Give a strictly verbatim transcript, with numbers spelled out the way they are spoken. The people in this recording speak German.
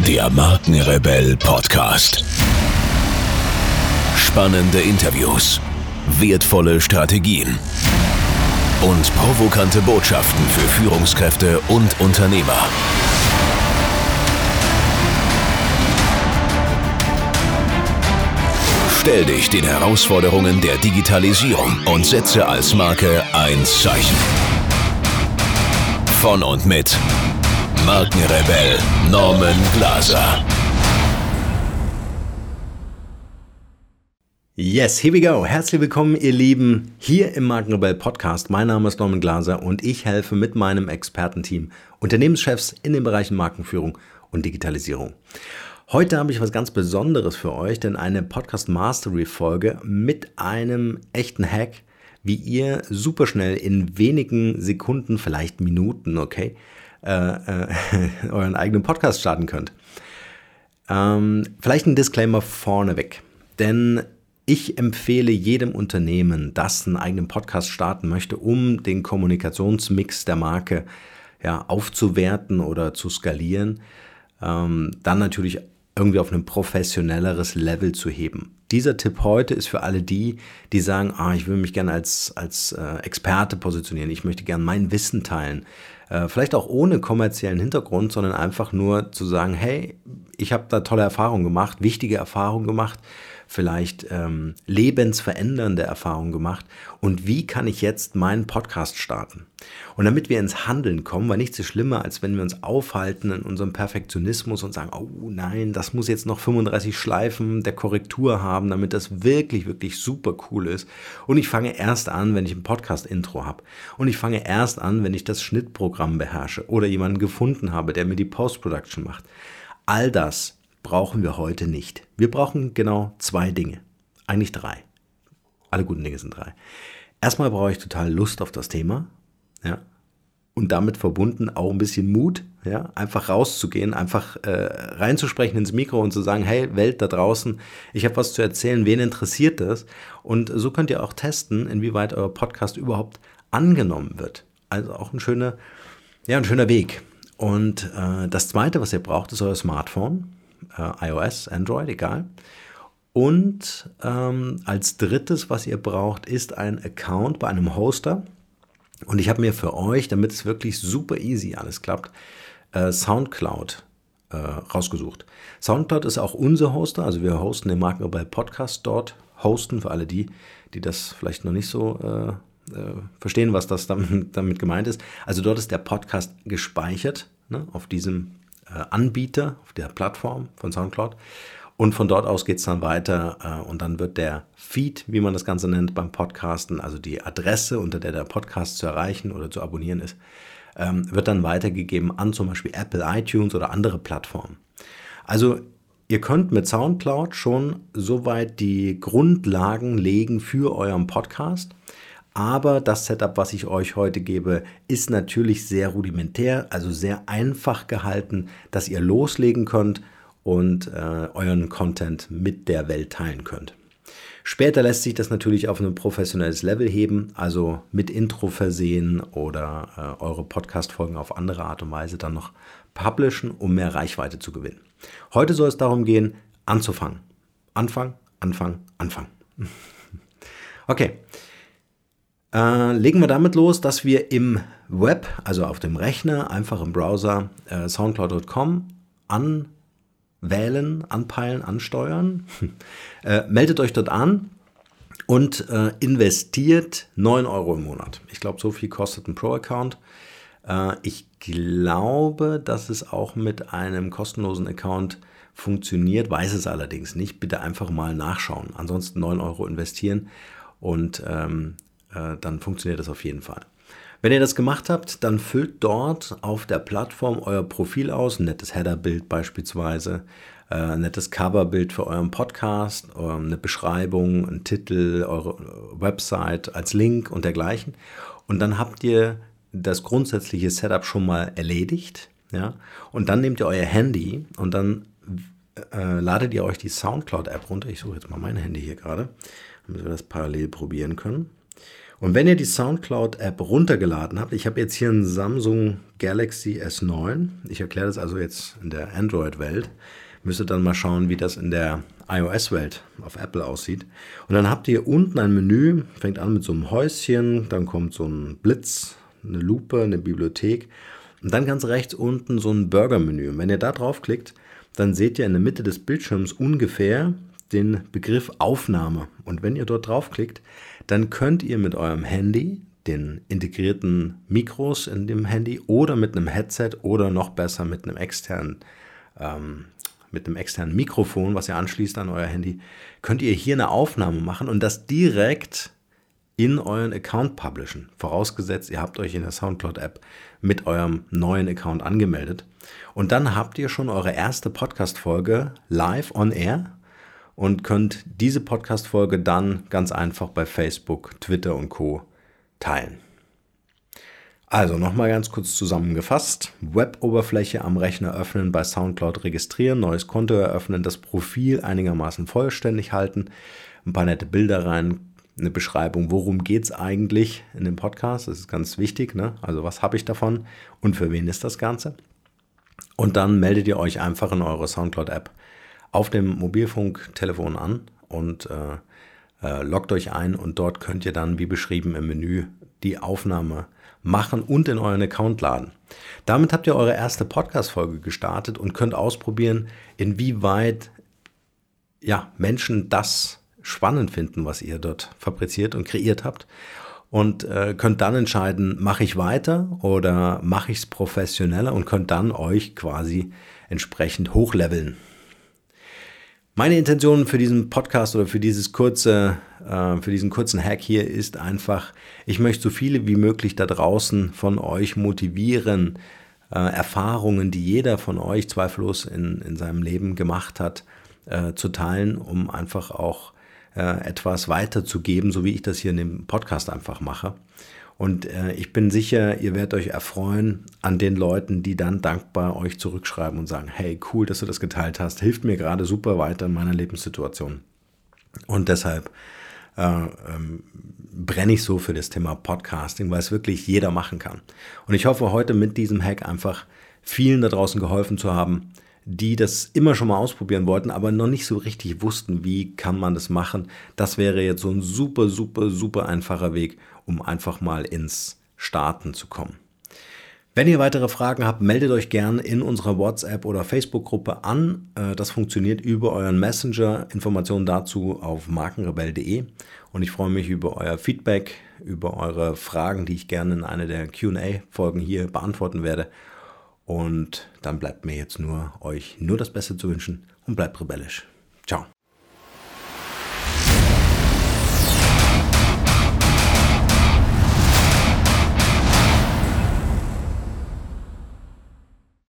Der Markenrebell Podcast. Spannende Interviews, wertvolle Strategien und provokante Botschaften für Führungskräfte und Unternehmer. Stell dich den Herausforderungen der Digitalisierung und setze als Marke ein Zeichen. Von und mit Markenrebell Norman Glaser. Yes, here we go. Herzlich willkommen, ihr Lieben, hier im Markenrebell Podcast. Mein Name ist Norman Glaser und ich helfe mit meinem Expertenteam Unternehmenschefs in den Bereichen Markenführung und Digitalisierung. Heute habe ich was ganz Besonderes für euch, denn eine Podcast-Mastery-Folge mit einem echten Hack, wie ihr super schnell in wenigen Sekunden, vielleicht Minuten, okay, äh, äh, euren eigenen Podcast starten könnt. Ähm, vielleicht ein Disclaimer vorneweg, denn ich empfehle jedem Unternehmen, das einen eigenen Podcast starten möchte, um den Kommunikationsmix der Marke ja, aufzuwerten oder zu skalieren, ähm, dann natürlich irgendwie auf ein professionelleres Level zu heben. Dieser Tipp heute ist für alle die, die sagen, ah, ich will mich gerne als, als äh, Experte positionieren, ich möchte gerne mein Wissen teilen. Äh, vielleicht auch ohne kommerziellen Hintergrund, sondern einfach nur zu sagen, hey, ich habe da tolle Erfahrungen gemacht, wichtige Erfahrungen gemacht, vielleicht ähm, lebensverändernde Erfahrungen gemacht und wie kann ich jetzt meinen Podcast starten? Und damit wir ins Handeln kommen, weil nichts ist schlimmer, als wenn wir uns aufhalten in unserem Perfektionismus und sagen, oh nein, das muss jetzt noch fünfunddreißig Schleifen der Korrektur haben, damit das wirklich, wirklich super cool ist. Und ich fange erst an, wenn ich ein Podcast-Intro habe. Und ich fange erst an, wenn ich das Schnittprogramm beherrsche oder jemanden gefunden habe, der mir die Post-Production macht. All das brauchen wir heute nicht. Wir brauchen genau zwei Dinge. Eigentlich drei. Alle guten Dinge sind drei. Erstmal brauche ich total Lust auf das Thema. Ja. Und damit verbunden auch ein bisschen Mut. Ja. Einfach rauszugehen, einfach äh, reinzusprechen ins Mikro und zu sagen, hey Welt da draußen, ich habe was zu erzählen, wen interessiert das? Und so könnt ihr auch testen, inwieweit euer Podcast überhaupt angenommen wird. Also auch ein schöner, ja, ein schöner Weg. Und äh, das Zweite, was ihr braucht, ist euer Smartphone. Äh, iOS, Android, egal. Und ähm, als drittes, was ihr braucht, ist ein Account bei einem Hoster. Und ich habe mir für euch, damit es wirklich super easy alles klappt, äh, Soundcloud äh, rausgesucht. Soundcloud ist auch unser Hoster, also wir hosten den Markenrebell Podcast dort. Hosten für alle die, die das vielleicht noch nicht so äh, äh, verstehen, was das damit, damit gemeint ist. Also dort ist der Podcast gespeichert, ne, auf diesem Anbieter, auf der Plattform von Soundcloud, und von dort aus geht es dann weiter äh, und dann wird der Feed, wie man das Ganze nennt beim Podcasten, also die Adresse, unter der der Podcast zu erreichen oder zu abonnieren ist, ähm, wird dann weitergegeben an zum Beispiel Apple, iTunes oder andere Plattformen. Also ihr könnt mit Soundcloud schon soweit die Grundlagen legen für euren Podcast. Aber das Setup, was ich euch heute gebe, ist natürlich sehr rudimentär, also sehr einfach gehalten, dass ihr loslegen könnt und äh, euren Content mit der Welt teilen könnt. Später lässt sich das natürlich auf ein professionelles Level heben, also mit Intro versehen oder äh, eure Podcast-Folgen auf andere Art und Weise dann noch publishen, um mehr Reichweite zu gewinnen. Heute soll es darum gehen, anzufangen. Anfang, Anfang, Anfang. Okay. Äh, legen wir damit los, dass wir im Web, also auf dem Rechner, einfach im Browser äh, soundcloud punkt com anwählen, anpeilen, ansteuern. äh, meldet euch dort an und äh, investiert neun Euro im Monat. Ich glaube, so viel kostet ein Pro-Account. Äh, ich glaube, dass es auch mit einem kostenlosen Account funktioniert, weiß es allerdings nicht. Bitte einfach mal nachschauen. Ansonsten neun Euro investieren und ähm, dann funktioniert das auf jeden Fall. Wenn ihr das gemacht habt, dann füllt dort auf der Plattform euer Profil aus, ein nettes Headerbild beispielsweise, ein nettes Coverbild für euren Podcast, eine Beschreibung, einen Titel, eure Website als Link und dergleichen. Und dann habt ihr das grundsätzliche Setup schon mal erledigt. Ja? Und dann nehmt ihr euer Handy und dann äh, ladet ihr euch die Soundcloud-App runter. Ich suche jetzt mal mein Handy hier gerade, damit wir das parallel probieren können. Und wenn ihr die Soundcloud-App runtergeladen habt, ich habe jetzt hier einen Samsung Galaxy S neun, ich erkläre das also jetzt in der Android-Welt, müsst ihr dann mal schauen, wie das in der iOS-Welt auf Apple aussieht. Und dann habt ihr unten ein Menü, fängt an mit so einem Häuschen, dann kommt so ein Blitz, eine Lupe, eine Bibliothek und dann ganz rechts unten so ein Burger-Menü. Und wenn ihr da draufklickt, dann seht ihr in der Mitte des Bildschirms ungefähr den Begriff Aufnahme. Und wenn ihr dort draufklickt, dann könnt ihr mit eurem Handy, den integrierten Mikros in dem Handy oder mit einem Headset oder noch besser mit einem externen, ähm, mit einem externen Mikrofon, was ihr anschließt an euer Handy, könnt ihr hier eine Aufnahme machen und das direkt in euren Account publishen. Vorausgesetzt, ihr habt euch in der Soundcloud-App mit eurem neuen Account angemeldet. Und dann habt ihr schon eure erste Podcast-Folge live on air und könnt diese Podcast-Folge dann ganz einfach bei Facebook, Twitter und Co. teilen. Also nochmal ganz kurz zusammengefasst. Web-Oberfläche am Rechner öffnen, bei Soundcloud registrieren, neues Konto eröffnen, das Profil einigermaßen vollständig halten, ein paar nette Bilder rein, eine Beschreibung, worum geht es eigentlich in dem Podcast, das ist ganz wichtig, ne? Also was habe ich davon und für wen ist das Ganze? Und dann meldet ihr euch einfach in eure Soundcloud-App auf dem Mobilfunktelefon an und äh, äh, loggt euch ein und dort könnt ihr dann, wie beschrieben im Menü, die Aufnahme machen und in euren Account laden. Damit habt ihr eure erste Podcast-Folge gestartet und könnt ausprobieren, inwieweit ja, Menschen das spannend finden, was ihr dort fabriziert und kreiert habt. Und äh, könnt dann entscheiden, mache ich weiter oder mache ich es professioneller und könnt dann euch quasi entsprechend hochleveln. Meine Intention für diesen Podcast oder für dieses kurze, äh, für diesen kurzen Hack hier ist einfach, ich möchte so viele wie möglich da draußen von euch motivieren, äh, Erfahrungen, die jeder von euch zweifellos in, in seinem Leben gemacht hat, äh, zu teilen, um einfach auch äh, etwas weiterzugeben, so wie ich das hier in dem Podcast einfach mache. Und äh, ich bin sicher, ihr werdet euch erfreuen an den Leuten, die dann dankbar euch zurückschreiben und sagen, hey, cool, dass du das geteilt hast, hilft mir gerade super weiter in meiner Lebenssituation. Und deshalb äh, ähm, brenne ich so für das Thema Podcasting, weil es wirklich jeder machen kann. Und ich hoffe, heute mit diesem Hack einfach vielen da draußen geholfen zu haben, die das immer schon mal ausprobieren wollten, aber noch nicht so richtig wussten, wie kann man das machen. Das wäre jetzt so ein super, super, super einfacher Weg, um einfach mal ins Starten zu kommen. Wenn ihr weitere Fragen habt, meldet euch gern in unserer WhatsApp- oder Facebook-Gruppe an. Das funktioniert über euren Messenger. Informationen dazu auf markenrebell punkt de. Und ich freue mich über euer Feedback, über eure Fragen, die ich gerne in einer der Q und A-Folgen hier beantworten werde. Und dann bleibt mir jetzt nur, euch nur das Beste zu wünschen und bleibt rebellisch. Ciao.